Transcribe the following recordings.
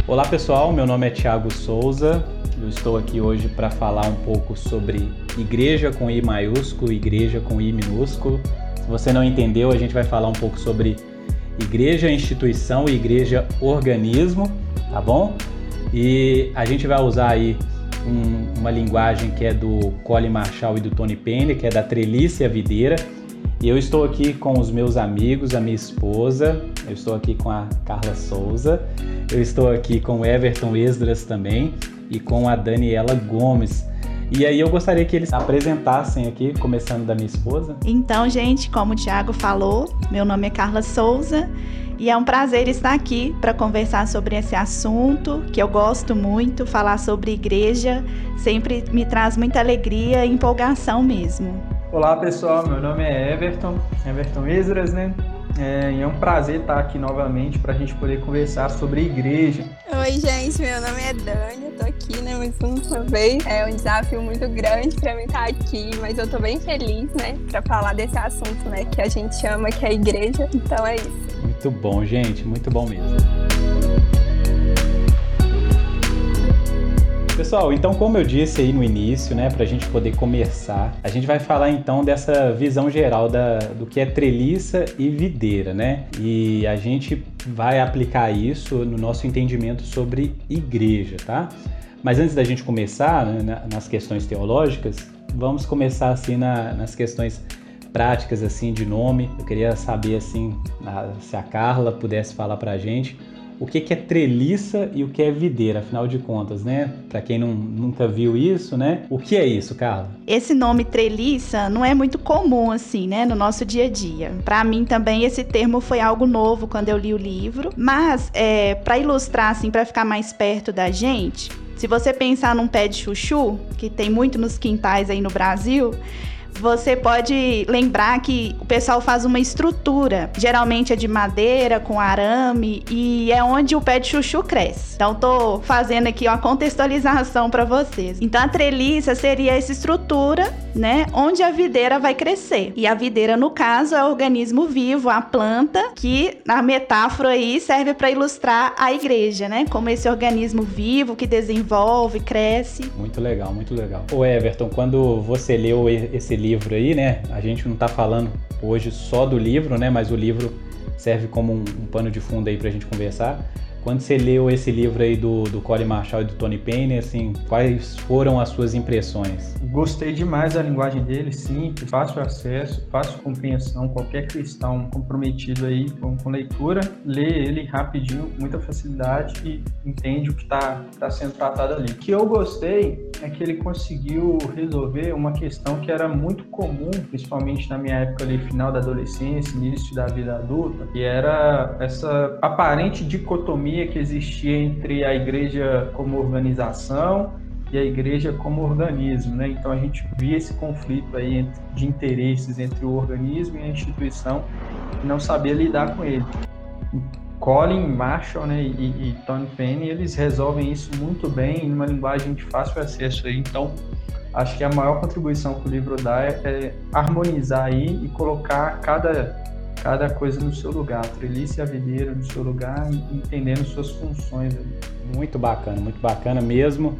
Olá pessoal, meu nome é Thiago Souza, eu estou aqui hoje para falar um pouco sobre igreja com I maiúsculo, igreja com I minúsculo. Se você não entendeu, a gente vai falar um pouco sobre igreja, instituição e igreja organismo, tá bom? E a gente vai usar aí uma linguagem que é do Colin Marshall e do Tony Penny, que é da treliça e a videira. E eu estou aqui com os meus amigos, a minha esposa, eu estou aqui com a Carla Souza, eu estou aqui com o Everton Esdras também e com a Daniela Gomes. E aí eu gostaria que eles apresentassem aqui, começando da minha esposa. Então, gente, como o Thiago falou, meu nome é Carla Souza e é um prazer estar aqui para conversar sobre esse assunto que eu gosto muito. Falar sobre igreja sempre me traz muita alegria e empolgação mesmo. Olá pessoal, meu nome é Everton Esdras, né? É um prazer estar aqui novamente para a gente poder conversar sobre igreja. Oi gente, meu nome é Dani, eu tô aqui, né, mais uma vez. É um desafio muito grande para mim estar aqui, mas eu tô bem feliz, né, para falar desse assunto, né, que a gente ama, que é a igreja. Então é isso. Muito bom, gente, muito bom mesmo. Pessoal, então como eu disse aí no início, né, para a gente poder começar, a gente vai falar então dessa visão geral do que é treliça e videira, né? E a gente vai aplicar isso no nosso entendimento sobre igreja, tá? Mas antes da gente começar, né, nas questões teológicas, vamos começar assim nas questões práticas assim de nome. Eu queria saber assim, se a Carla pudesse falar pra gente o que é treliça e o que é videira, afinal de contas, né? Para quem nunca viu isso, né? O que é isso, Carla? Esse nome treliça não é muito comum, assim, né? No nosso dia a dia. Para mim também esse termo foi algo novo quando eu li o livro. Mas, para ilustrar, assim, para ficar mais perto da gente, se você pensar num pé de chuchu, que tem muito nos quintais aí no Brasil, você pode lembrar que o pessoal faz uma estrutura, geralmente é de madeira, com arame, e é onde o pé de chuchu cresce. Então, tô fazendo aqui uma contextualização para vocês. Então, a treliça seria essa estrutura, né, onde a videira vai crescer. E a videira, no caso, é o organismo vivo, a planta, que na metáfora aí serve para ilustrar a igreja, né, como esse organismo vivo que desenvolve, cresce. Muito legal, muito legal. Ô Everton, quando você leu esse livro aí, né? A gente não tá falando hoje só do livro, né? Mas o livro serve como um pano de fundo aí pra gente conversar. Quando você leu esse livro aí do Colin Marshall e do Tony Penny, assim, quais foram as suas impressões? Gostei demais da linguagem dele, simples, fácil acesso, fácil compreensão. Qualquer cristão comprometido aí com leitura, lê ele rapidinho, muita facilidade e entende o que tá sendo tratado ali. O que eu gostei é que ele conseguiu resolver uma questão que era muito comum, principalmente na minha época ali, final da adolescência, início da vida adulta, que era essa aparente dicotomia que existia entre a igreja como organização e a igreja como organismo, né? Então a gente via esse conflito aí de interesses entre o organismo e a instituição e não sabia lidar com ele. Colin Marshall, né, e Tony Penny, eles resolvem isso muito bem numa linguagem de fácil acesso aí. Então acho que a maior contribuição que o livro dá é harmonizar aí e colocar cada coisa no seu lugar, a treliça e a videira no seu lugar, entendendo suas funções ali. Muito bacana mesmo.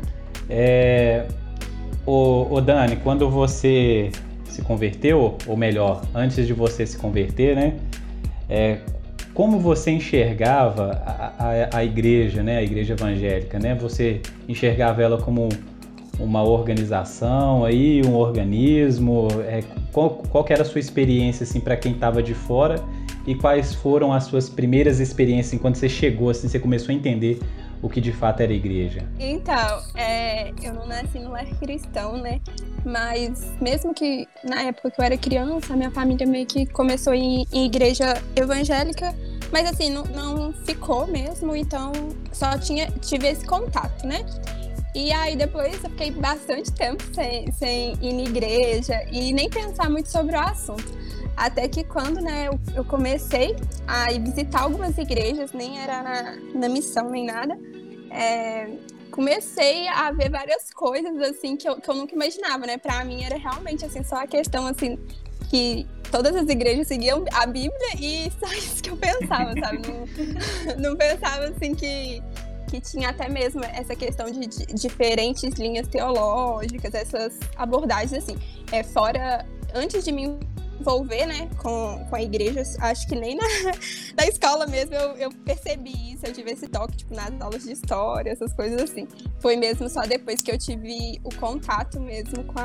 Ô Dani, quando você se converteu, ou melhor, antes de você se converter, né? Como você enxergava a igreja, né? A igreja evangélica, né? Você enxergava ela como uma organização aí, um organismo? Qual que era a sua experiência assim para quem estava de fora e quais foram as suas primeiras experiências assim, quando você chegou assim, você começou a entender o que de fato era igreja? Então, eu não nasci no lar cristão, né? Mas mesmo que na época que eu era criança, a minha família meio que começou em igreja evangélica, mas assim, não ficou mesmo, então só tive esse contato, né? E aí depois eu fiquei bastante tempo sem ir na igreja e nem pensar muito sobre o assunto. Até que quando, né, eu comecei a visitar algumas igrejas, nem era na missão nem nada, comecei a ver várias coisas assim que eu nunca imaginava, né? Pra mim era realmente assim, só a questão assim que todas as igrejas seguiam a Bíblia e só isso que eu pensava, sabe? Não pensava assim que que tinha até mesmo essa questão de diferentes linhas teológicas, essas abordagens, assim. Antes de me envolver, né, com a igreja, acho que nem na escola mesmo eu percebi isso, eu tive esse toque, tipo, nas aulas de história, essas coisas assim. Foi mesmo só depois que eu tive o contato mesmo com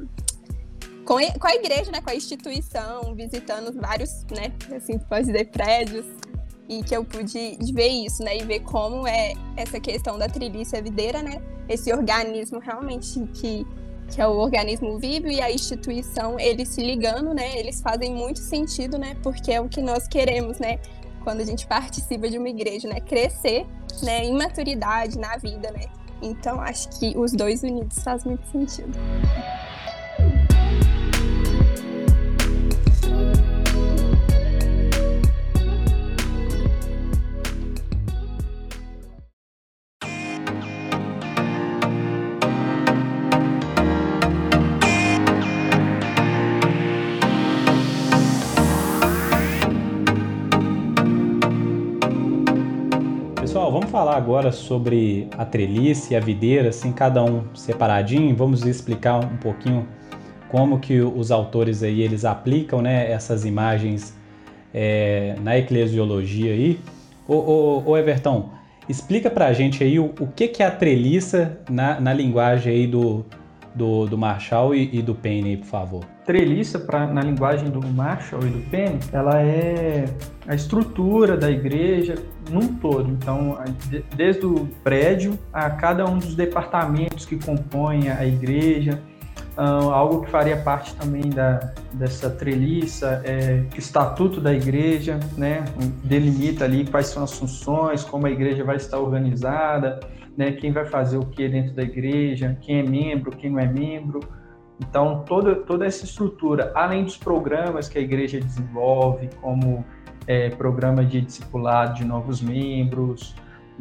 a igreja, né, com a instituição, visitando vários, né, assim, pode dizer, prédios, e que eu pude ver isso, né, e ver como é essa questão da Trilícia Videira, né, esse organismo realmente que é o organismo vivo e a instituição, eles se ligando, né, eles fazem muito sentido, né, porque é o que nós queremos, né, quando a gente participa de uma igreja, né, crescer, né, em maturidade na vida, né, então acho que os dois unidos faz muito sentido. Pessoal, vamos falar agora sobre a treliça e a videira, assim, cada um separadinho. Vamos explicar um pouquinho como que os autores aí, eles aplicam, né, essas imagens na eclesiologia aí. Ô Everton, explica pra gente aí o que é a treliça na linguagem aí do Marshall e do Payne, por favor. Treliça, na linguagem do Marshall e do Payne, ela é a estrutura da igreja num todo. Então, desde o prédio a cada um dos departamentos que compõem a igreja. Algo que faria parte também dessa treliça é o estatuto da igreja, né? Delimita ali quais são as funções, como a igreja vai estar organizada, né? Quem vai fazer o que dentro da igreja, quem é membro, quem não é membro. Então, toda essa estrutura, além dos programas que a igreja desenvolve, como programa de discipulado de novos membros,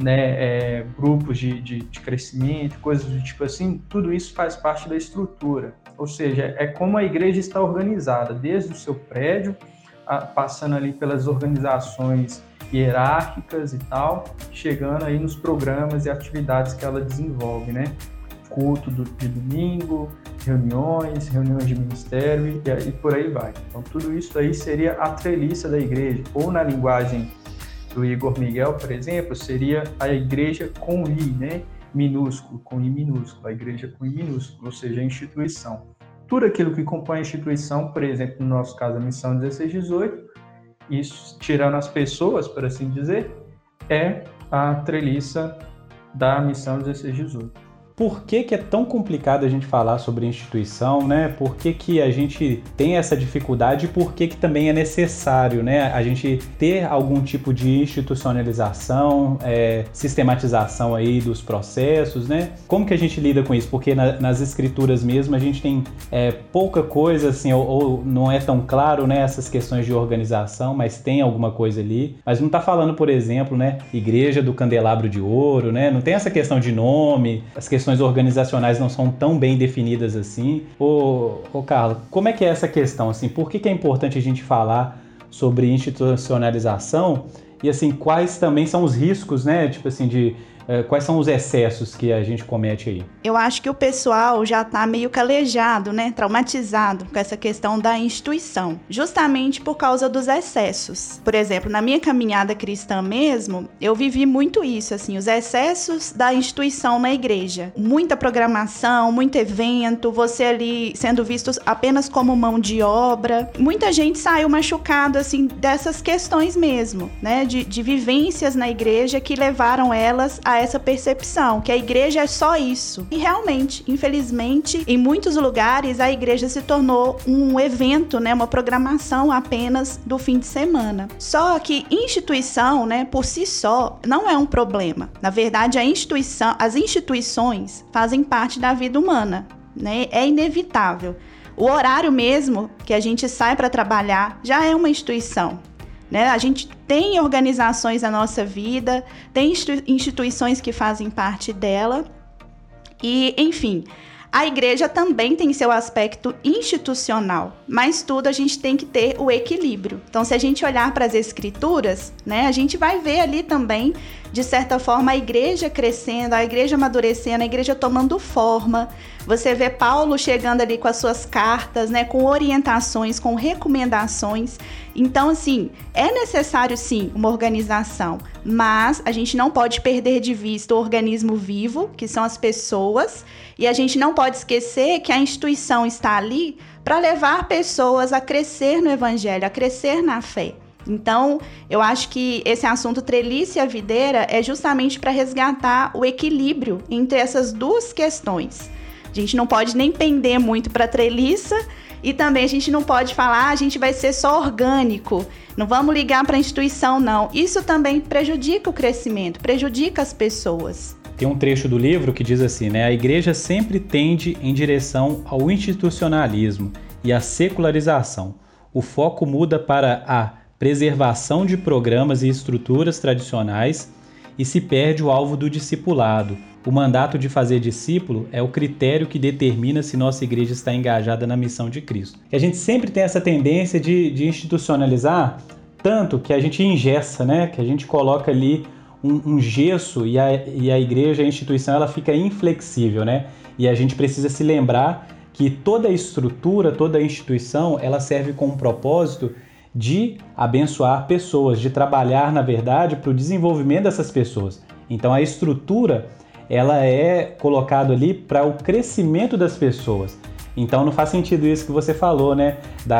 né, grupos de crescimento, coisas do tipo assim, tudo isso faz parte da estrutura. Ou seja, é como a igreja está organizada, desde o seu prédio, passando ali pelas organizações hierárquicas e tal, chegando aí nos programas e atividades que ela desenvolve, né? Culto de domingo, reuniões de ministério e por aí vai. Então, tudo isso aí seria a treliça da igreja, ou na linguagem do Igor Miguel, por exemplo, seria a igreja com I, né? Minúsculo, com I minúsculo, a igreja com I minúsculo, ou seja, a instituição. Tudo aquilo que compõe a instituição, por exemplo, no nosso caso, a Missão 1618, isso, tirando as pessoas, por assim dizer, é a treliça da Missão 1618. Por que é tão complicado a gente falar sobre instituição, né? Por que a gente tem essa dificuldade e por que também é necessário, né, a gente ter algum tipo de institucionalização, sistematização aí dos processos, né? Como que a gente lida com isso? Porque nas escrituras mesmo a gente tem pouca coisa, assim, ou não é tão claro, né, essas questões de organização, mas tem alguma coisa ali. Mas não está falando, por exemplo, né, Igreja do Candelabro de Ouro, né? Não tem essa questão de nome, as questões organizacionais não são tão bem definidas assim. Ô Carla, como é que é essa questão? Assim, por que é importante a gente falar sobre institucionalização e assim, quais também são os riscos, né? Tipo assim, quais são os excessos que a gente comete aí? Eu acho que o pessoal já está meio calejado, né, traumatizado com essa questão da instituição, justamente por causa dos excessos. Por exemplo, na minha caminhada cristã mesmo, eu vivi muito isso, assim, os excessos da instituição na igreja. Muita programação, muito evento, você ali sendo visto apenas como mão de obra. Muita gente saiu machucado, assim, dessas questões mesmo, né, de vivências na igreja que levaram elas a essa percepção, que a igreja é só isso. E realmente, infelizmente, em muitos lugares a igreja se tornou um evento, né, uma programação apenas do fim de semana. Só que instituição, né, por si só, não é um problema. Na verdade, as instituições fazem parte da vida humana, né? É inevitável. O horário mesmo que a gente sai para trabalhar já é uma instituição. Né? A gente tem organizações na nossa vida, tem instituições que fazem parte dela e, enfim, a igreja também tem seu aspecto institucional, mas tudo a gente tem que ter o equilíbrio. Então, se a gente olhar para as escrituras, né, a gente vai ver ali também de certa forma, a igreja crescendo, a igreja amadurecendo, a igreja tomando forma. Você vê Paulo chegando ali com as suas cartas, né, com orientações, com recomendações. Então, assim, é necessário, sim, uma organização, mas a gente não pode perder de vista o organismo vivo, que são as pessoas, e a gente não pode esquecer que a instituição está ali para levar pessoas a crescer no evangelho, a crescer na fé. Então, eu acho que esse assunto treliça e a videira é justamente para resgatar o equilíbrio entre essas duas questões. A gente não pode nem pender muito para a treliça e também a gente não pode falar, a gente vai ser só orgânico, não vamos ligar para a instituição, não. Isso também prejudica o crescimento, prejudica as pessoas. Tem um trecho do livro que diz assim, né? A igreja sempre tende em direção ao institucionalismo e à secularização. O foco muda para a preservação de programas e estruturas tradicionais e se perde o alvo do discipulado. O mandato de fazer discípulo é o critério que determina se nossa igreja está engajada na missão de Cristo. A gente sempre tem essa tendência de institucionalizar, tanto que a gente engessa, né? Que a gente coloca ali um gesso e a igreja, a instituição, ela fica inflexível, né? E a gente precisa se lembrar que toda a estrutura, toda a instituição, ela serve com um propósito de abençoar pessoas, de trabalhar, na verdade, para o desenvolvimento dessas pessoas. Então, a estrutura, ela é colocada ali para o crescimento das pessoas. Então, não faz sentido isso que você falou, né?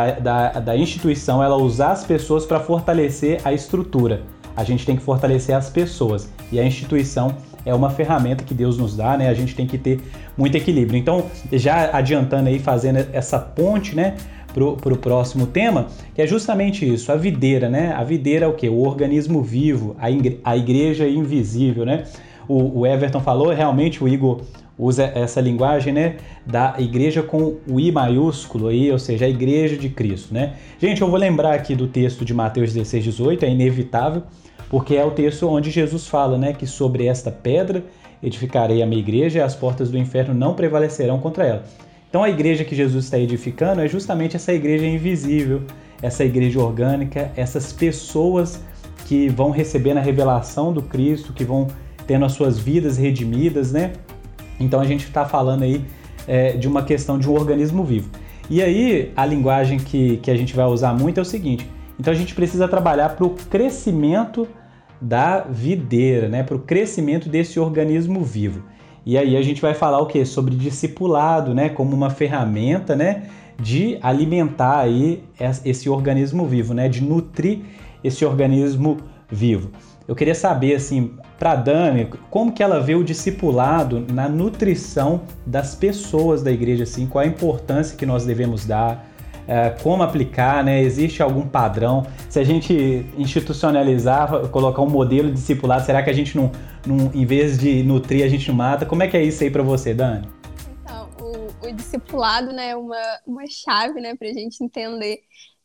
Da instituição, ela usar as pessoas para fortalecer a estrutura. A gente tem que fortalecer as pessoas. E a instituição é uma ferramenta que Deus nos dá, né? A gente tem que ter muito equilíbrio. Então, já adiantando aí, fazendo essa ponte, né? Pro próximo tema, que é justamente isso, a videira, né? A videira é o quê? O organismo vivo, a igreja invisível, né? O Everton falou, realmente o Igor usa essa linguagem, né? Da igreja com o I maiúsculo aí, ou seja, a igreja de Cristo, né? Gente, eu vou lembrar aqui do texto de Mateus 16, 18, é inevitável, porque é o texto onde Jesus fala, né? Que sobre esta pedra edificarei a minha igreja e as portas do inferno não prevalecerão contra ela. Então a igreja que Jesus está edificando é justamente essa igreja invisível, essa igreja orgânica, essas pessoas que vão recebendo a revelação do Cristo, que vão tendo as suas vidas redimidas, né? Então a gente está falando aí de uma questão de um organismo vivo. E aí a linguagem que a gente vai usar muito é o seguinte, então a gente precisa trabalhar para o crescimento da videira, né? Para o crescimento desse organismo vivo. E aí a gente vai falar o quê? Sobre discipulado, né? Como uma ferramenta, né? De alimentar aí esse organismo vivo, né? De nutrir esse organismo vivo. Eu queria saber, assim, para Dani, como que ela vê o discipulado na nutrição das pessoas da igreja, assim, qual a importância que nós devemos dar, como aplicar, né? Existe algum padrão? Se a gente institucionalizar, colocar um modelo de discipulado, será que a gente não em vez de nutrir, a gente não mata? Como é que é isso aí para você, Dani? Então, o discipulado, né, é uma chave, né, para a gente entender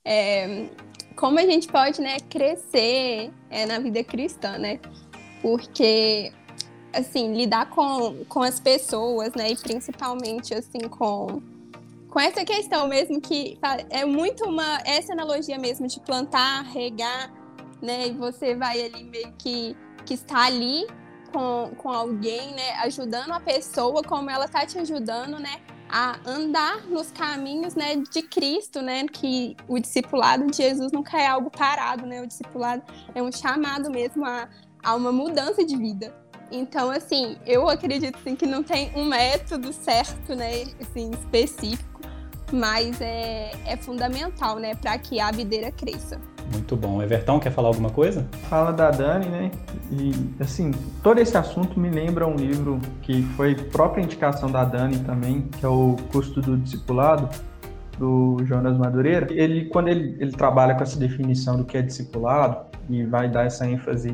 como a gente pode, né, crescer na vida cristã, né? Porque, assim, lidar com as pessoas, né, e principalmente, assim, com essa questão mesmo que é muito essa analogia mesmo de plantar, regar, né, e você vai ali meio que está ali com alguém, né, ajudando a pessoa como ela está te ajudando, né, a andar nos caminhos, né, de Cristo, né, que o discipulado de Jesus nunca é algo parado, né, o discipulado é um chamado mesmo a uma mudança de vida. Então, assim, eu acredito assim, que não tem um método certo, né, assim, específico, mas é fundamental, né, para que a videira cresça. Muito bom. Everton, quer falar alguma coisa? Fala da Dani, né? E, assim, todo esse assunto me lembra um livro que foi própria indicação da Dani também, que é o Custo do Discipulado, do Jonas Madureira. Quando ele trabalha com essa definição do que é discipulado e vai dar essa ênfase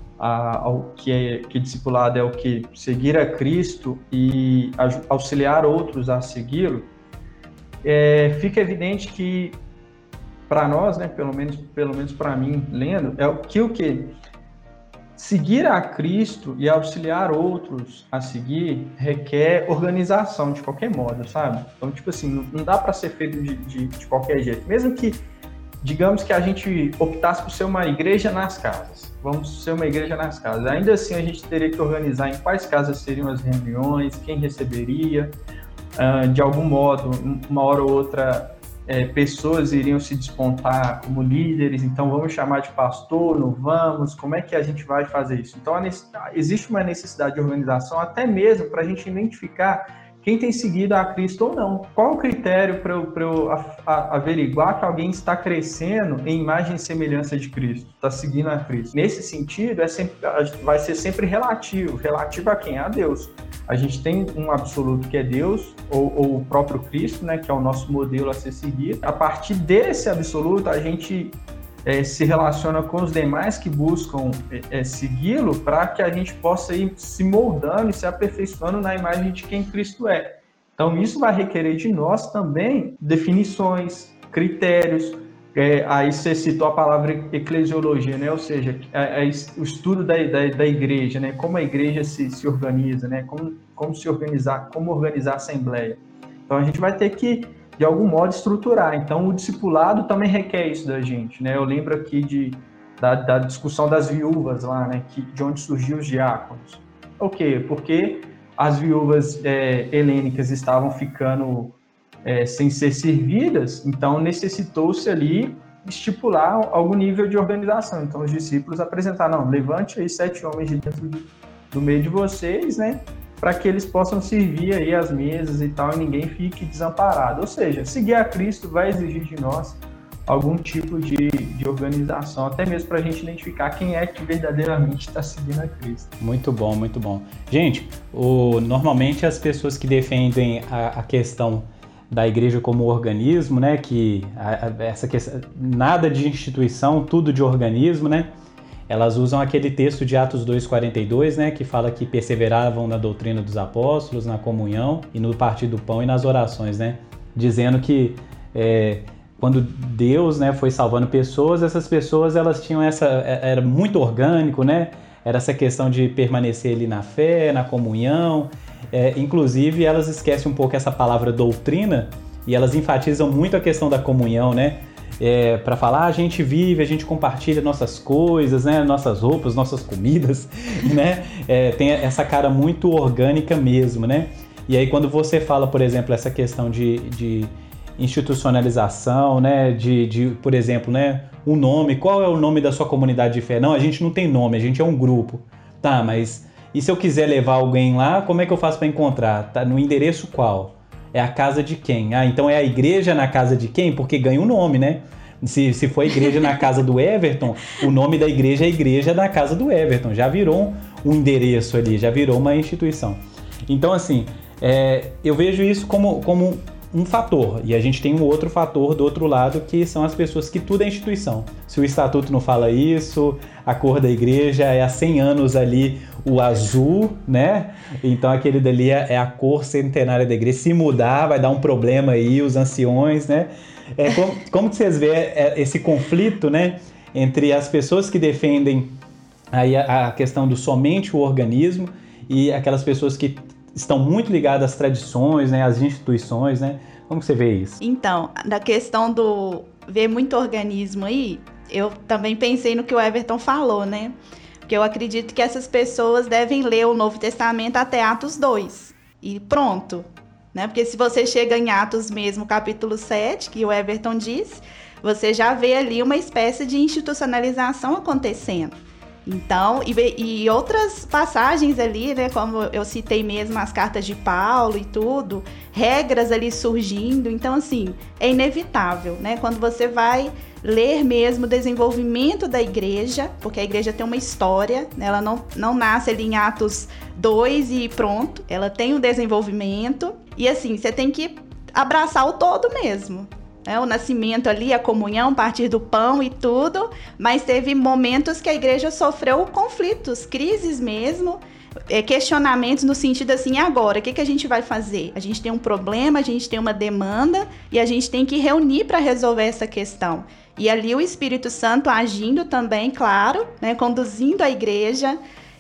ao que discipulado é o que seguir a Cristo e auxiliar outros a segui-lo, fica evidente que para nós, né, pelo menos para mim, lendo, é o que seguir a Cristo e auxiliar outros a seguir requer organização de qualquer modo, sabe? Então, tipo assim, não dá para ser feito de qualquer jeito. Mesmo que digamos que a gente optasse por ser uma igreja nas casas. Vamos ser uma igreja nas casas. Ainda assim, a gente teria que organizar em quais casas seriam as reuniões, quem receberia. De algum modo, uma hora ou outra, pessoas iriam se despontar como líderes, então vamos chamar de pastor, não vamos? Como é que a gente vai fazer isso? Então, existe uma necessidade de organização, até mesmo para a gente identificar quem tem seguido a Cristo ou não. Qual o critério para eu averiguar que alguém está crescendo em imagem e semelhança de Cristo, está seguindo a Cristo? Nesse sentido, vai ser sempre relativo. Relativo a quem? A Deus. A gente tem um absoluto que é Deus, ou o próprio Cristo, né, que é o nosso modelo a ser seguido. A partir desse absoluto, a gente se relaciona com os demais que buscam segui-lo, para que a gente possa ir se moldando e se aperfeiçoando na imagem de quem Cristo é. Então, isso vai requerer de nós também definições, critérios. Aí você citou a palavra eclesiologia, né? Ou seja, o estudo da igreja, né? Como a igreja se organiza, né? Como se organizar, como organizar a assembleia. Então, a gente vai ter que, de algum modo, estruturar. Então, o discipulado também requer isso da gente, né? Eu lembro aqui da discussão das viúvas lá, né? De onde surgiu os diáconos. O quê? Porque as viúvas helênicas estavam ficando sem ser servidas, então necessitou-se ali estipular algum nível de organização. Então, os discípulos apresentaram, não, levante aí 7 homens de dentro do meio de vocês, né? Para que eles possam servir aí as mesas e tal, e ninguém fique desamparado. Ou seja, seguir a Cristo vai exigir de nós algum tipo de organização, até mesmo para a gente identificar quem é que verdadeiramente está seguindo a Cristo. Muito bom, muito bom. Gente, normalmente as pessoas que defendem a questão da igreja como organismo, né, que essa questão, nada de instituição, tudo de organismo, né? Elas usam aquele texto de Atos 2,42, né, que fala que perseveravam na doutrina dos apóstolos, na comunhão e no partir do pão e nas orações, né? Dizendo que quando Deus, né, foi salvando pessoas, essas pessoas elas tinham era muito orgânico, né? Era essa questão de permanecer ali na fé, na comunhão. Inclusive, elas esquecem um pouco essa palavra doutrina e elas enfatizam muito a questão da comunhão, né? Para falar, a gente vive, a gente compartilha nossas coisas, né? Nossas roupas, nossas comidas, né? Tem essa cara muito orgânica mesmo, né? E aí quando você fala, por exemplo, essa questão de institucionalização, né? Por exemplo, né? O nome, qual é o nome da sua comunidade de fé? Não, a gente não tem nome, a gente é um grupo. Tá, mas e se eu quiser levar alguém lá, como é que eu faço para encontrar? Tá no endereço qual? É a casa de quem? Ah, então é a igreja na casa de quem? Porque ganha um nome, né? Se for a igreja na casa do Everton, o nome da igreja é a igreja na casa do Everton. Já virou um endereço ali, já virou uma instituição. Então, assim, eu vejo isso como um fator. E a gente tem um outro fator do outro lado, que são as pessoas que tudo é instituição. Se o estatuto não fala isso, a cor da igreja é há 100 anos ali o azul, né? Então aquele dali é a cor centenária da igreja. Se mudar, vai dar um problema aí, os anciões, né? Como que vocês veem esse conflito, né? Entre as pessoas que defendem aí a questão do somente o organismo e aquelas pessoas que estão muito ligadas às tradições, né, às instituições, né? Como você vê isso? Então, na questão do ver muito organismo aí, eu também pensei no que o Everton falou, né? Porque eu acredito que essas pessoas devem ler o Novo Testamento até Atos 2 e pronto, né? Porque se você chega em Atos mesmo, capítulo 7, que o Everton disse, você já vê ali uma espécie de institucionalização acontecendo. Então, e outras passagens ali, né, como eu citei mesmo as cartas de Paulo e tudo, regras ali surgindo, então assim, é inevitável, né, quando você vai ler mesmo o desenvolvimento da igreja, porque a igreja tem uma história, né, ela não nasce ali em Atos 2 e pronto, ela tem um desenvolvimento, e assim, você tem que abraçar o todo mesmo. O nascimento ali, a comunhão, partir do pão e tudo, mas teve momentos que a igreja sofreu conflitos, crises mesmo, questionamentos no sentido assim, agora, o que a gente vai fazer? A gente tem um problema, a gente tem uma demanda e a gente tem que reunir para resolver essa questão. E ali o Espírito Santo agindo também, claro, né, conduzindo a igreja.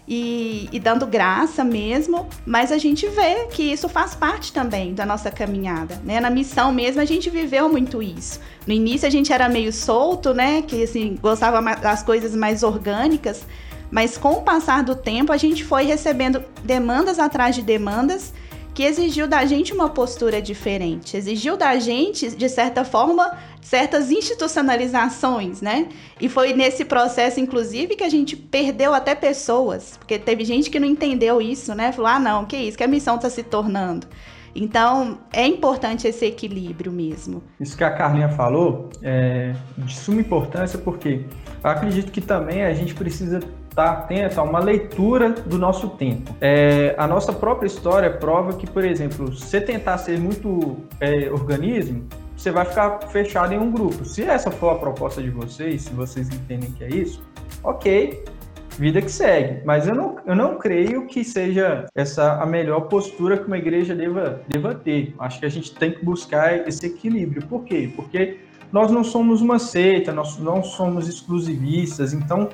e dando graça mesmo, mas a gente vê que isso faz parte também da nossa caminhada, né? Na missão mesmo a gente viveu muito isso. No início a gente era meio solto, né? Que assim, gostava das coisas mais orgânicas, mas com o passar do tempo a gente foi recebendo demandas atrás de demandas que exigiu da gente uma postura diferente, exigiu da gente, de certa forma, certas institucionalizações, né? E foi nesse processo, inclusive, que a gente perdeu até pessoas, porque teve gente que não entendeu isso, né? Falou, não, que isso, que a missão está se tornando. Então, é importante esse equilíbrio mesmo. Isso que a Carlinha falou é de suma importância, porque eu acredito que também a gente precisa estar atento a uma leitura do nosso tempo. A nossa própria história prova que, por exemplo, se você tentar ser muito organismo, você vai ficar fechado em um grupo. Se essa for a proposta de vocês, se vocês entendem que é isso, ok, vida que segue. Mas eu não creio que seja essa a melhor postura que uma igreja deva ter. Acho que a gente tem que buscar esse equilíbrio. Por quê? Porque nós não somos uma seita, nós não somos exclusivistas, então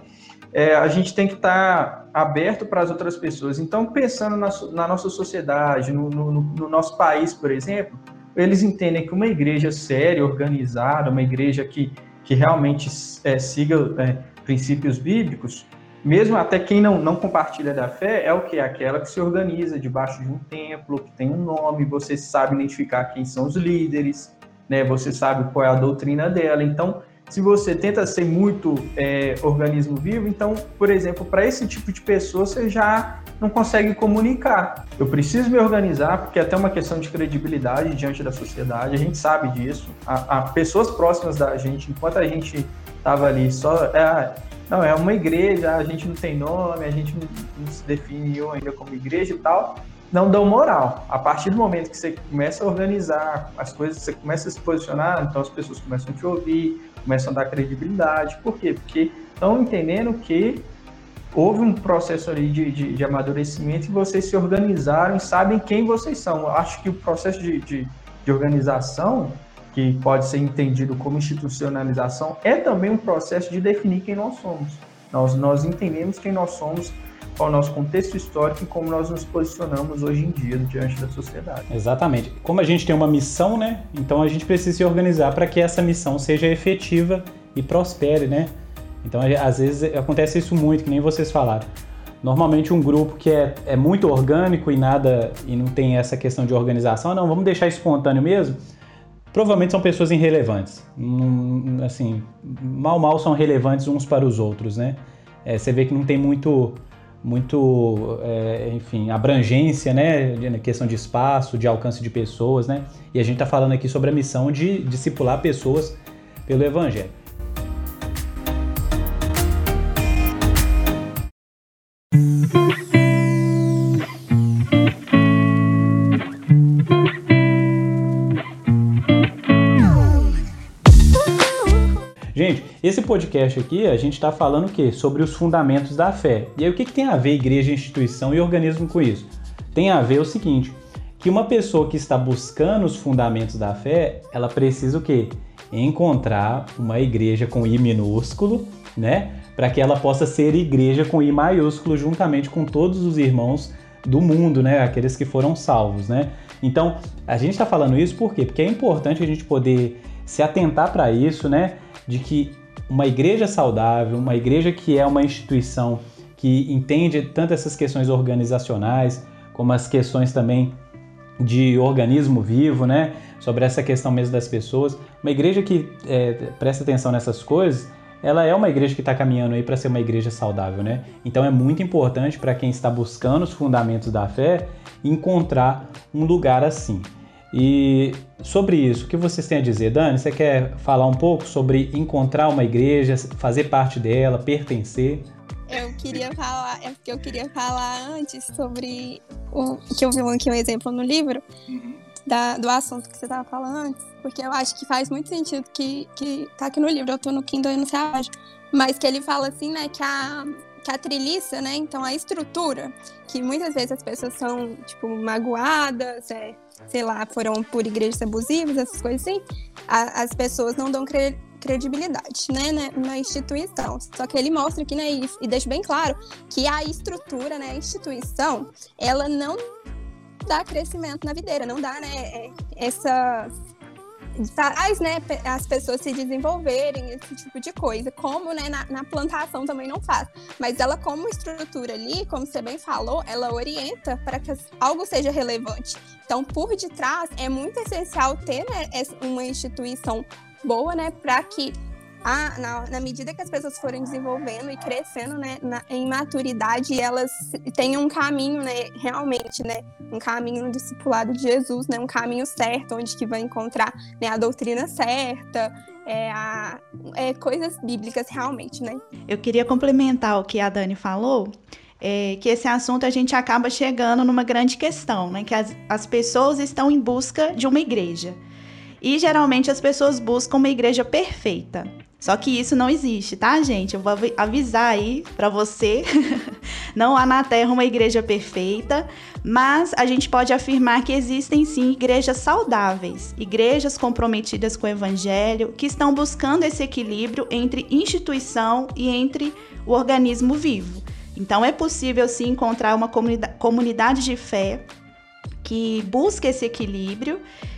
a gente tem que estar aberto para as outras pessoas. Então, pensando na nossa sociedade, no nosso país, por exemplo, eles entendem que uma igreja séria, organizada, uma igreja que realmente siga princípios bíblicos, mesmo até quem não compartilha da fé, é o quê? Aquela que se organiza debaixo de um templo, que tem um nome, você sabe identificar quem são os líderes, né? Você sabe qual é a doutrina dela. Então, se você tenta ser muito organismo vivo, então, por exemplo, para esse tipo de pessoa, você já não consegue comunicar. Eu preciso me organizar, porque é até uma questão de credibilidade diante da sociedade, a gente sabe disso. Há pessoas próximas da gente, enquanto a gente estava ali só... Não, é uma igreja, a gente não tem nome, a gente não se definiu ainda como igreja e tal, não dão moral. A partir do momento que você começa a organizar as coisas, você começa a se posicionar, então as pessoas começam a te ouvir, começam a dar credibilidade. Por quê? Porque estão entendendo que houve um processo ali de amadurecimento e vocês se organizaram e sabem quem vocês são. Eu acho que o processo de organização, que pode ser entendido como institucionalização, é também um processo de definir quem nós somos. Nós entendemos quem nós somos, qual é o nosso contexto histórico e como nós nos posicionamos hoje em dia diante da sociedade. Exatamente. Como a gente tem uma missão, né? Então a gente precisa se organizar para que essa missão seja efetiva e prospere, né? Então, às vezes, acontece isso muito, que nem vocês falaram. Normalmente, um grupo que é muito orgânico e não tem essa questão de organização, não, vamos deixar espontâneo mesmo, provavelmente são pessoas irrelevantes. Assim, mal são relevantes uns para os outros, né? Você vê que não tem enfim, abrangência, né? Na questão de espaço, de alcance de pessoas, né? E a gente está falando aqui sobre a missão de discipular pessoas pelo Evangelho. Gente, esse podcast aqui, a gente está falando o quê? Sobre os fundamentos da fé. E aí, o que tem a ver igreja, instituição e organismo com isso? Tem a ver o seguinte, que uma pessoa que está buscando os fundamentos da fé, ela precisa o quê? Encontrar uma igreja com I minúsculo, né? Para que ela possa ser igreja com I maiúsculo, juntamente com todos os irmãos do mundo, né? Aqueles que foram salvos, né? Então, a gente está falando isso por quê? Porque é importante a gente poder se atentar para isso, né? De que uma igreja saudável, uma igreja que é uma instituição que entende tanto essas questões organizacionais, como as questões também de organismo vivo, né? Sobre essa questão mesmo das pessoas. Uma igreja que presta atenção nessas coisas, ela é uma igreja que está caminhando aí para ser uma igreja saudável, né? Então é muito importante para quem está buscando os fundamentos da fé encontrar um lugar assim. E sobre isso, o que vocês têm a dizer? Dani, você quer falar um pouco sobre encontrar uma igreja, fazer parte dela, pertencer? Eu queria falar antes sobre que eu vi aqui um exemplo no livro do assunto que você estava falando antes, porque eu acho que faz muito sentido que tá aqui no livro, eu tô no Kindle e não sei aonde, mas que ele fala assim, né, que a treliça, né, então a estrutura, que muitas vezes as pessoas são, tipo, magoadas, sei lá, foram por igrejas abusivas, essas coisas assim, as pessoas não dão credibilidade, né, na instituição. Só que ele mostra aqui, né, e deixa bem claro que a estrutura, né, a instituição, ela não dá crescimento na videira, não dá, né, faz, né, as pessoas se desenvolverem, esse tipo de coisa, como, né, na plantação também não faz. Mas ela, como estrutura ali, como você bem falou, ela orienta para que algo seja relevante. Então, por detrás, é muito essencial ter, né, uma instituição boa, né, para que na medida que as pessoas forem desenvolvendo e crescendo, né, em maturidade, elas tenham um caminho, né, realmente, né, um caminho no discipulado de Jesus, né, um caminho certo, onde que vai encontrar, né, a doutrina certa, coisas bíblicas realmente, né. Eu queria complementar o que a Dani falou, que esse assunto a gente acaba chegando numa grande questão, né, que as pessoas estão em busca de uma igreja. E geralmente as pessoas buscam uma igreja perfeita. Só que isso não existe, tá, gente? Eu vou avisar aí pra você. Não há na Terra uma igreja perfeita, mas a gente pode afirmar que existem sim igrejas saudáveis, igrejas comprometidas com o evangelho, que estão buscando esse equilíbrio entre instituição e entre o organismo vivo. Então é possível sim encontrar uma comunidade de fé que busca esse equilíbrio.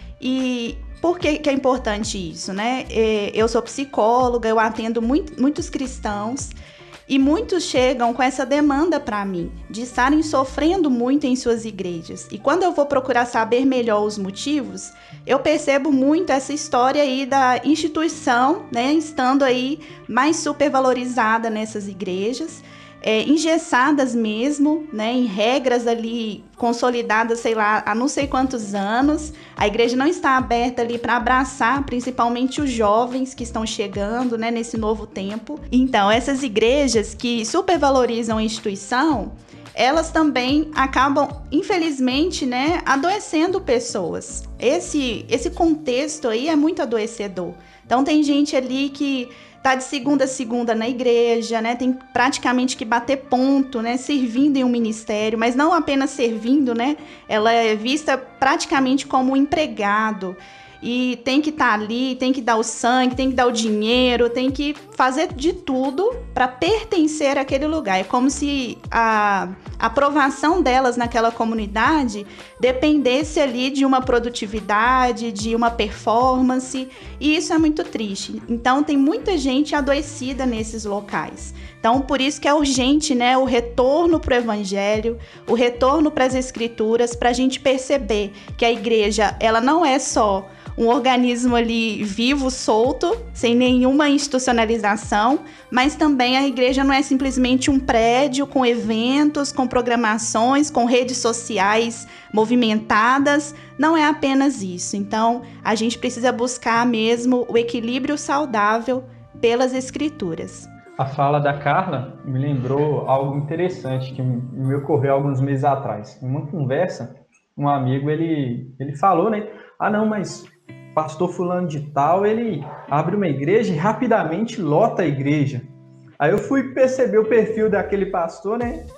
E por que é importante isso, né? Eu sou psicóloga, eu atendo muitos cristãos e muitos chegam com essa demanda para mim, de estarem sofrendo muito em suas igrejas. E quando eu vou procurar saber melhor os motivos, eu percebo muito essa história aí da instituição, né, estando aí mais supervalorizada nessas igrejas, engessadas mesmo, né, em regras ali consolidadas, sei lá, há não sei quantos anos. A igreja não está aberta ali para abraçar principalmente os jovens que estão chegando, né, nesse novo tempo. Então, essas igrejas que supervalorizam a instituição, elas também acabam, infelizmente, né, adoecendo pessoas. Esse contexto aí é muito adoecedor. Então, tem gente ali que tá de segunda a segunda na igreja, né? Tem praticamente que bater ponto, né? Servindo em um ministério, mas não apenas servindo, né? Ela é vista praticamente como um empregado e tem que estar ali, tem que dar o sangue, tem que dar o dinheiro, tem que fazer de tudo para pertencer àquele lugar. É como se a aprovação delas naquela comunidade dependesse ali de uma produtividade, de uma performance, e isso é muito triste. Então tem muita gente adoecida nesses locais. Então por isso que é urgente, né, o retorno para o evangelho, o retorno para as escrituras, para a gente perceber que a igreja, ela não é só um organismo ali vivo, solto, sem nenhuma institucionalização, mas também a igreja não é simplesmente um prédio com eventos, com programações, com redes sociais movimentadas, não é apenas isso. Então, a gente precisa buscar mesmo o equilíbrio saudável pelas escrituras. A fala da Carla me lembrou algo interessante que me ocorreu alguns meses atrás. Em uma conversa, um amigo, ele falou, né? Não, mas pastor fulano de tal, ele abre uma igreja e rapidamente lota a igreja. Aí eu fui perceber o perfil daquele pastor, né?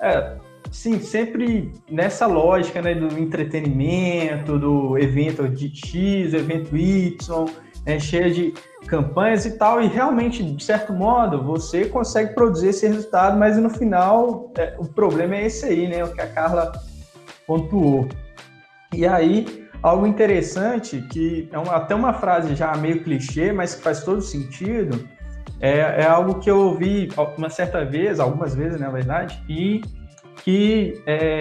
Sim, sempre nessa lógica, né, do entretenimento, do evento de X, evento Y, né, cheio de campanhas e tal, e realmente, de certo modo, você consegue produzir esse resultado, mas no final, o problema é esse aí, né, o que a Carla pontuou. E aí, algo interessante, que é até uma frase já meio clichê, mas que faz todo sentido, é algo que eu ouvi uma certa vez, algumas vezes, na verdade, e que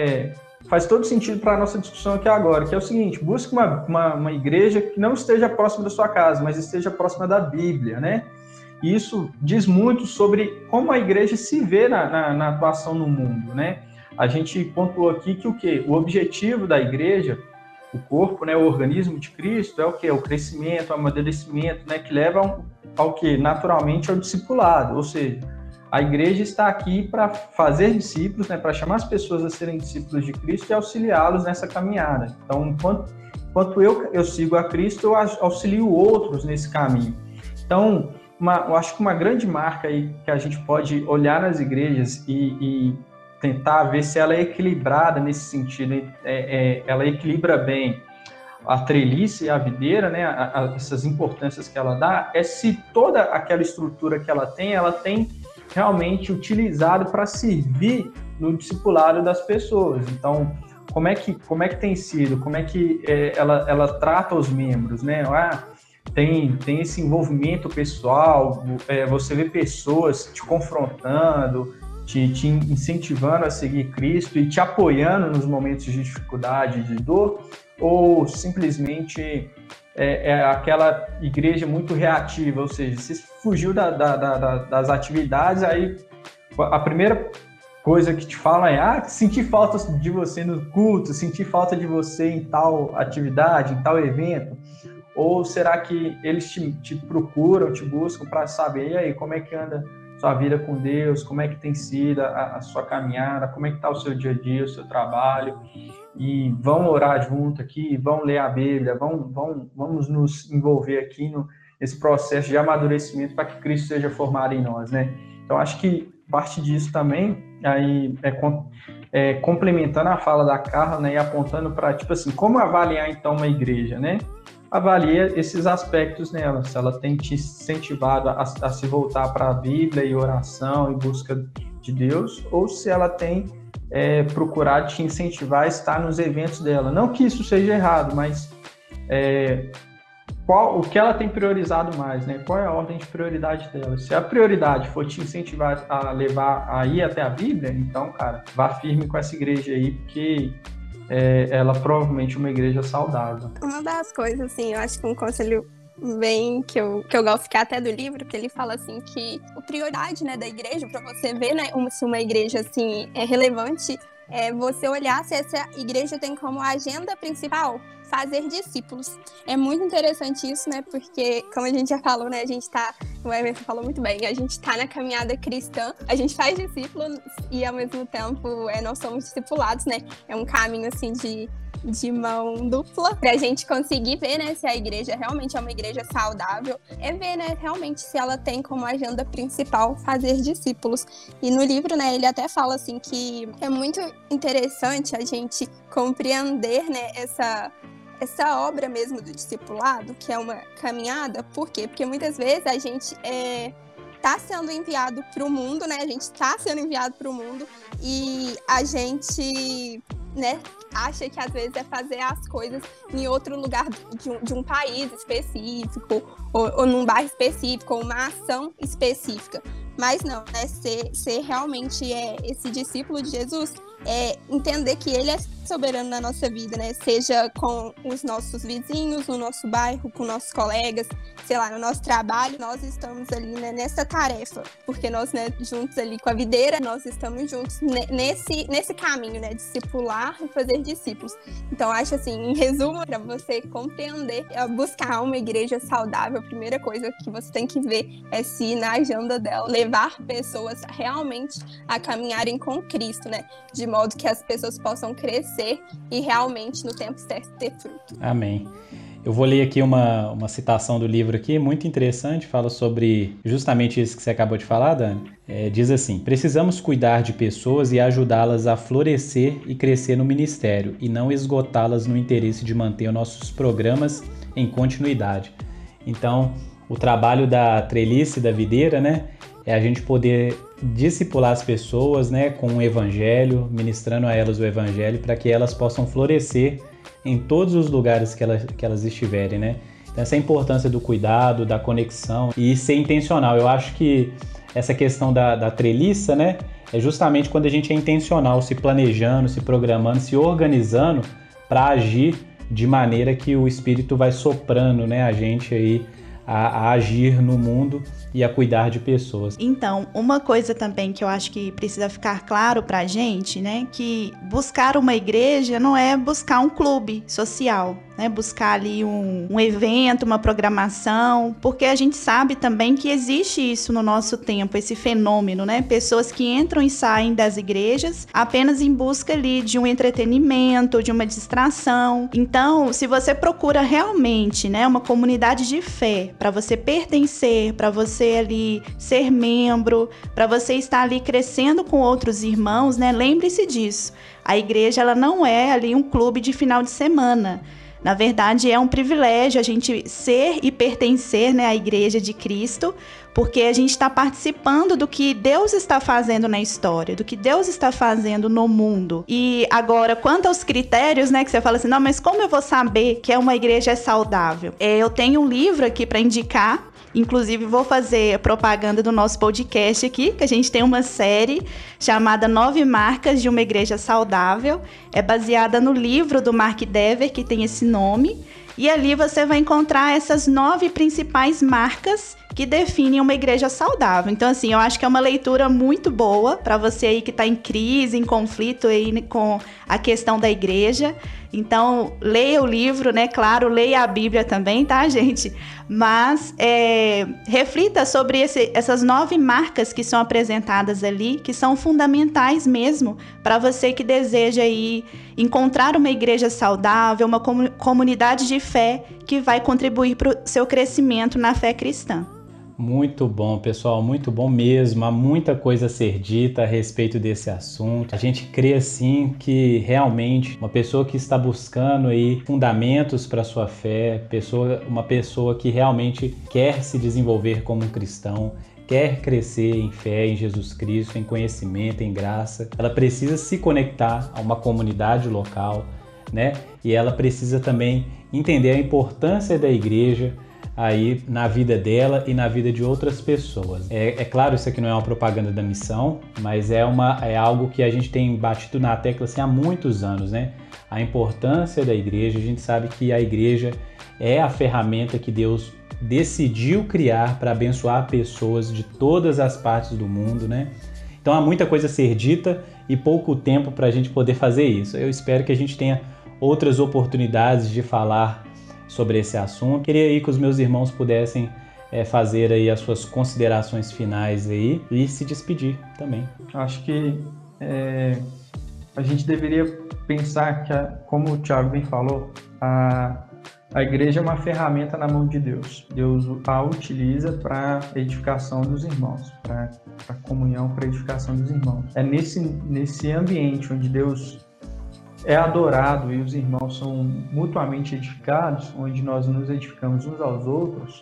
faz todo sentido para a nossa discussão aqui agora, que é o seguinte: busque uma igreja que não esteja próxima da sua casa, mas esteja próxima da Bíblia, né? E isso diz muito sobre como a igreja se vê na atuação no mundo, né? A gente pontuou aqui que o quê? O objetivo da igreja, o corpo, né, o organismo de Cristo, é o quê? O crescimento, o amadurecimento, né, que leva ao quê? Naturalmente ao discipulado, ou seja, a igreja está aqui para fazer discípulos, né, para chamar as pessoas a serem discípulos de Cristo e auxiliá-los nessa caminhada. Então, enquanto eu sigo a Cristo, eu auxilio outros nesse caminho. Então, eu acho que uma grande marca aí que a gente pode olhar nas igrejas e tentar ver se ela é equilibrada nesse sentido, ela equilibra bem a treliça e a videira, né, essas importâncias que ela dá, é se toda aquela estrutura que ela tem realmente utilizado para servir no discipulado das pessoas. Então, como é que tem sido? Como é que ela trata os membros, né? Tem esse envolvimento pessoal, você vê pessoas te confrontando, te incentivando a seguir Cristo e te apoiando nos momentos de dificuldade, de dor, ou simplesmente é aquela igreja muito reativa, ou seja, você fugiu das atividades, aí a primeira coisa que te falam senti falta de você no culto, senti falta de você em tal atividade, em tal evento. Ou será que eles te procuram, te buscam para saber, e aí, como é que anda sua vida com Deus, como é que tem sido a sua caminhada, como é que está o seu dia a dia, o seu trabalho, e vão orar junto aqui, vão ler a Bíblia, vamos nos envolver aqui nesse processo de amadurecimento para que Cristo seja formado em nós, né? Então, acho que parte disso também, aí complementando a fala da Carla, né, e apontando para, tipo assim, como avaliar então uma igreja, né? Avalia esses aspectos nela, se ela tem te incentivado a se voltar para a Bíblia e oração e busca de Deus, ou se ela tem procurado te incentivar a estar nos eventos dela. Não que isso seja errado, mas o que ela tem priorizado mais, né? Qual é a ordem de prioridade dela? Se a prioridade for te incentivar a levar a ir até a Bíblia, então, cara, vá firme com essa igreja aí, porque ela provavelmente é uma igreja saudável. Uma das coisas, assim, eu acho que um conselho bem que eu gosto de ficar até do livro, que ele fala assim que a prioridade, né, da igreja, para você ver, né, se uma igreja assim é relevante, é você olhar se essa igreja tem como agenda principal fazer discípulos. É muito interessante isso, né? Porque, como a gente já falou, né? O Everton falou muito bem, a gente tá na caminhada cristã, a gente faz discípulos e, ao mesmo tempo, nós somos discipulados, né? É um caminho, assim, de mão dupla, pra gente conseguir ver, né, se a igreja realmente é uma igreja saudável, ver, né, realmente se ela tem como agenda principal fazer discípulos. E no livro, né, ele até fala, assim, que é muito interessante a gente compreender, né, essa obra mesmo do discipulado, que é uma caminhada. Por quê? Porque muitas vezes a gente tá sendo enviado para o mundo, né? A gente está sendo enviado para o mundo e a gente, né, acha que às vezes é fazer as coisas em outro lugar de um país específico ou num bairro específico, ou uma ação específica. Mas não, né? Ser realmente esse discípulo de Jesus, entender que ele é soberano na nossa vida, né? Seja com os nossos vizinhos, no nosso bairro, com nossos colegas, sei lá, no nosso trabalho, nós estamos ali, né, nessa tarefa, porque nós, né, juntos ali com a videira, nós estamos juntos nesse caminho, né, discipular e fazer discípulos. Então, acho assim, em resumo, para você compreender, buscar uma igreja saudável, a primeira coisa que você tem que ver é se na agenda dela levar pessoas realmente a caminharem com Cristo, né, de modo que as pessoas possam crescer e realmente no tempo certo ter fruto. Amém. Eu vou ler aqui uma citação do livro aqui, muito interessante, fala sobre justamente isso que você acabou de falar, Dani. Diz assim: precisamos cuidar de pessoas e ajudá-las a florescer e crescer no ministério, e não esgotá-las no interesse de manter nossos programas em continuidade. Então, o trabalho da treliça e da videira, né, é a gente poder discipular as pessoas, né, com o evangelho, ministrando a elas o evangelho, para que elas possam florescer em todos os lugares que elas estiverem, né? Então, essa é a importância do cuidado, da conexão e ser intencional. Eu acho que essa questão da treliça, né, é justamente quando a gente é intencional, se planejando, se programando, se organizando para agir de maneira que o Espírito vai soprando, né, a gente aí a agir no mundo e a cuidar de pessoas. Então, uma coisa também que eu acho que precisa ficar claro pra gente, né, que buscar uma igreja não é buscar um clube social, né, buscar ali um evento, uma programação, porque a gente sabe também que existe isso no nosso tempo, esse fenômeno, né, pessoas que entram e saem das igrejas apenas em busca ali de um entretenimento, de uma distração. Então, se você procura realmente, né, uma comunidade de fé, para você pertencer, para você ali ser membro, para você estar ali crescendo com outros irmãos, né? Lembre-se disso. A igreja, ela não é ali um clube de final de semana. Na verdade, é um privilégio a gente ser e pertencer, né, à Igreja de Cristo, porque a gente está participando do que Deus está fazendo na história, do que Deus está fazendo no mundo. E agora, quanto aos critérios, né, que você fala assim, não, mas como eu vou saber que uma igreja é saudável? Eu tenho um livro aqui para indicar. Inclusive, vou fazer propaganda do nosso podcast aqui, que a gente tem uma série chamada 9 Marcas de uma Igreja Saudável. É baseada no livro do Mark Dever, que tem esse nome. E ali você vai encontrar essas 9 principais marcas que definem uma igreja saudável. Então, assim, eu acho que é uma leitura muito boa para você aí que está em crise, em conflito aí com a questão da igreja. Então, leia o livro, né? Claro, leia a Bíblia também, tá, gente? Mas reflita sobre essas 9 marcas que são apresentadas ali, que são fundamentais mesmo para você que deseja aí encontrar uma igreja saudável, uma comunidade de fé que vai contribuir para o seu crescimento na fé cristã. Muito bom, pessoal, muito bom mesmo. Há muita coisa a ser dita a respeito desse assunto. A gente crê, sim, que realmente uma pessoa que está buscando aí fundamentos para a sua fé, uma pessoa que realmente quer se desenvolver como um cristão, quer crescer em fé em Jesus Cristo, em conhecimento, em graça, ela precisa se conectar a uma comunidade local, né? E ela precisa também entender a importância da igreja aí na vida dela e na vida de outras pessoas. É claro, isso aqui não é uma propaganda da missão, mas é algo que a gente tem batido na tecla assim, há muitos anos, né? A importância da igreja. A gente sabe que a igreja é a ferramenta que Deus decidiu criar para abençoar pessoas de todas as partes do mundo, né? Então há muita coisa a ser dita e pouco tempo para a gente poder fazer isso. Eu espero que a gente tenha outras oportunidades de falar sobre esse assunto. Queria aí que os meus irmãos pudessem fazer aí as suas considerações finais aí e se despedir também. Acho que a gente deveria pensar que, como o Thiago bem falou, a igreja é uma ferramenta na mão de Deus. Deus a utiliza para a edificação dos irmãos, para a comunhão, para a edificação dos irmãos. É nesse ambiente onde Deus é adorado e os irmãos são mutuamente edificados, onde nós nos edificamos uns aos outros,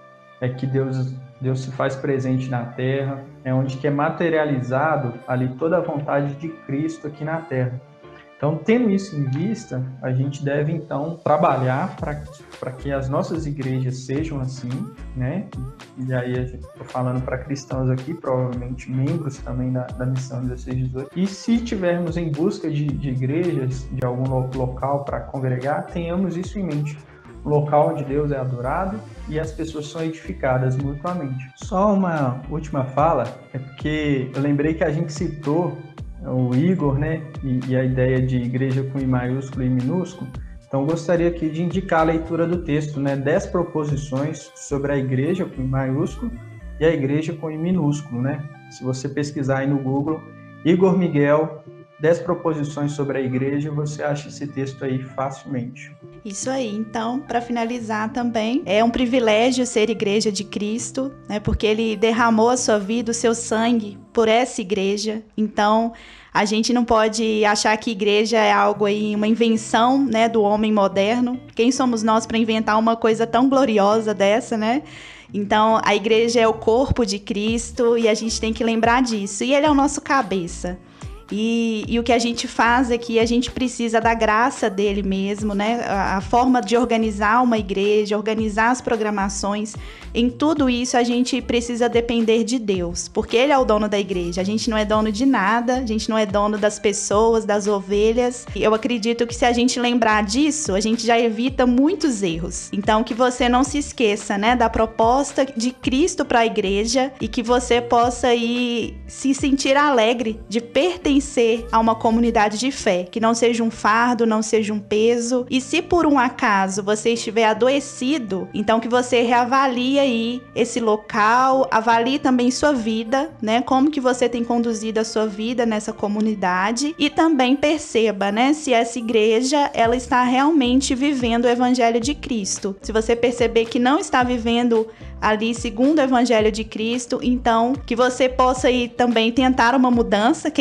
é que Deus se faz presente na terra, é onde que é materializado ali toda a vontade de Cristo aqui na terra. Então, tendo isso em vista, a gente deve, então, trabalhar para que as nossas igrejas sejam assim, né? E aí, estou falando para cristãos aqui, provavelmente membros também da Missão 1618. E se tivermos em busca de igrejas, de algum local para congregar, tenhamos isso em mente. O local onde Deus é adorado e as pessoas são edificadas mutuamente. Só uma última fala, é porque eu lembrei que a gente citou o Igor, né, e a ideia de igreja com I maiúsculo e I minúsculo. Então, gostaria aqui de indicar a leitura do texto, né, 10 proposições sobre a igreja com I maiúsculo e a igreja com I minúsculo, né? Se você pesquisar aí no Google, Igor Miguel, 10 proposições sobre a igreja, você acha esse texto aí facilmente. Isso aí, então, para finalizar também, é um privilégio ser igreja de Cristo, né? Porque ele derramou a sua vida, o seu sangue por essa igreja. Então, a gente não pode achar que igreja é algo aí, uma invenção, né, do homem moderno. Quem somos nós para inventar uma coisa tão gloriosa dessa, né? Então, a igreja é o corpo de Cristo e a gente tem que lembrar disso. E ele é o nosso cabeça. E o que a gente faz aqui, a gente precisa da graça dele mesmo, né? A forma de organizar uma igreja, organizar as programações, em tudo isso a gente precisa depender de Deus, porque ele é o dono da igreja. A gente não é dono de nada, a gente não é dono das pessoas, das ovelhas. Eu acredito que se a gente lembrar disso, a gente já evita muitos erros. Então, que você não se esqueça, né, da proposta de Cristo para a igreja e que você possa aí se sentir alegre de pertencer a uma comunidade de fé, que não seja um fardo, não seja um peso. E se por um acaso você estiver adoecido, então que você reavalie aí esse local, avalie também sua vida, né? Como que você tem conduzido a sua vida nessa comunidade e também perceba, né? Se essa igreja, ela está realmente vivendo o evangelho de Cristo. Se você perceber que não está vivendo ali segundo o evangelho de Cristo, então que você possa aí também tentar uma mudança, quem sabe,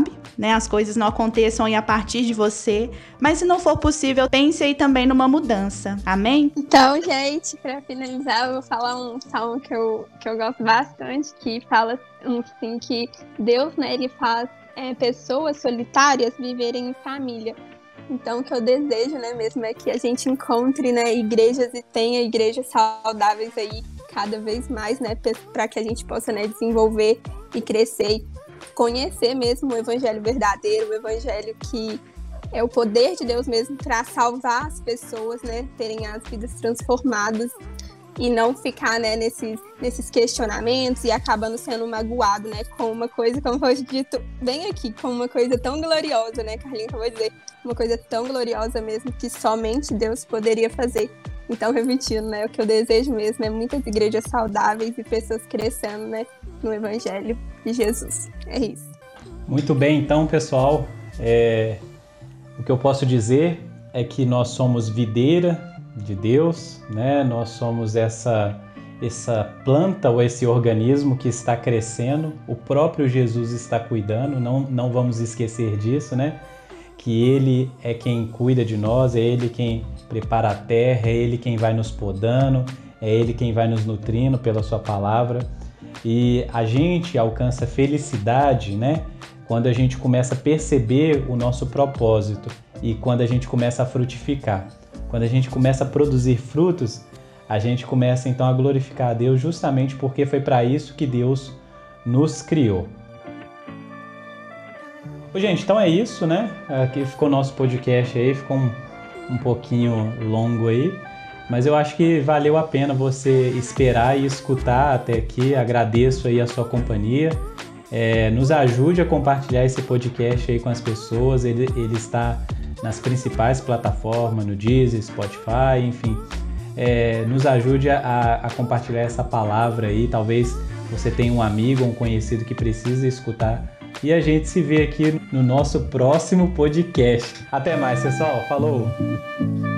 sabe, né? As coisas não aconteçam aí a partir de você, mas se não for possível, pense aí também numa mudança. Amém? Então, gente, para finalizar, eu vou falar um salmo que eu gosto bastante, que fala assim que Deus, né, ele faz pessoas solitárias viverem em família. Então, o que eu desejo, né, mesmo é que a gente encontre, né, igrejas e tenha igrejas saudáveis aí cada vez mais, né, para que a gente possa, né, desenvolver e crescer e conhecer mesmo o evangelho verdadeiro, o evangelho que é o poder de Deus mesmo para salvar as pessoas, né, terem as vidas transformadas e não ficar, né, nesses questionamentos e acabando sendo magoado, né, com uma coisa, como foi dito bem aqui, com uma coisa tão gloriosa, né, Carlinhos acabou de dizer, uma coisa tão gloriosa mesmo que somente Deus poderia fazer. Então, repetindo, né, o que eu desejo mesmo é muitas igrejas saudáveis e pessoas crescendo, né, no Evangelho de Jesus. É isso. Muito bem, então, pessoal, o que eu posso dizer é que nós somos videira de Deus, né? Nós somos essa planta ou esse organismo que está crescendo. O próprio Jesus está cuidando, não vamos esquecer disso, né? Que Ele é quem cuida de nós, é Ele quem prepara a terra, é Ele quem vai nos podando, é Ele quem vai nos nutrindo pela sua palavra. E a gente alcança felicidade, né? Quando a gente começa a perceber o nosso propósito e quando a gente começa a frutificar. Quando a gente começa a produzir frutos, a gente começa então a glorificar a Deus justamente porque foi para isso que Deus nos criou. Gente, então é isso, né? Aqui ficou o nosso podcast aí, ficou um pouquinho longo aí, mas eu acho que valeu a pena você esperar e escutar até aqui. Agradeço aí a sua companhia. Nos ajude a compartilhar esse podcast aí com as pessoas. Ele está nas principais plataformas, no Deezer, Spotify, enfim. Nos ajude a compartilhar essa palavra aí. Talvez você tenha um amigo ou um conhecido que precisa escutar. E a gente se vê aqui no nosso próximo podcast. Até mais, pessoal. Falou!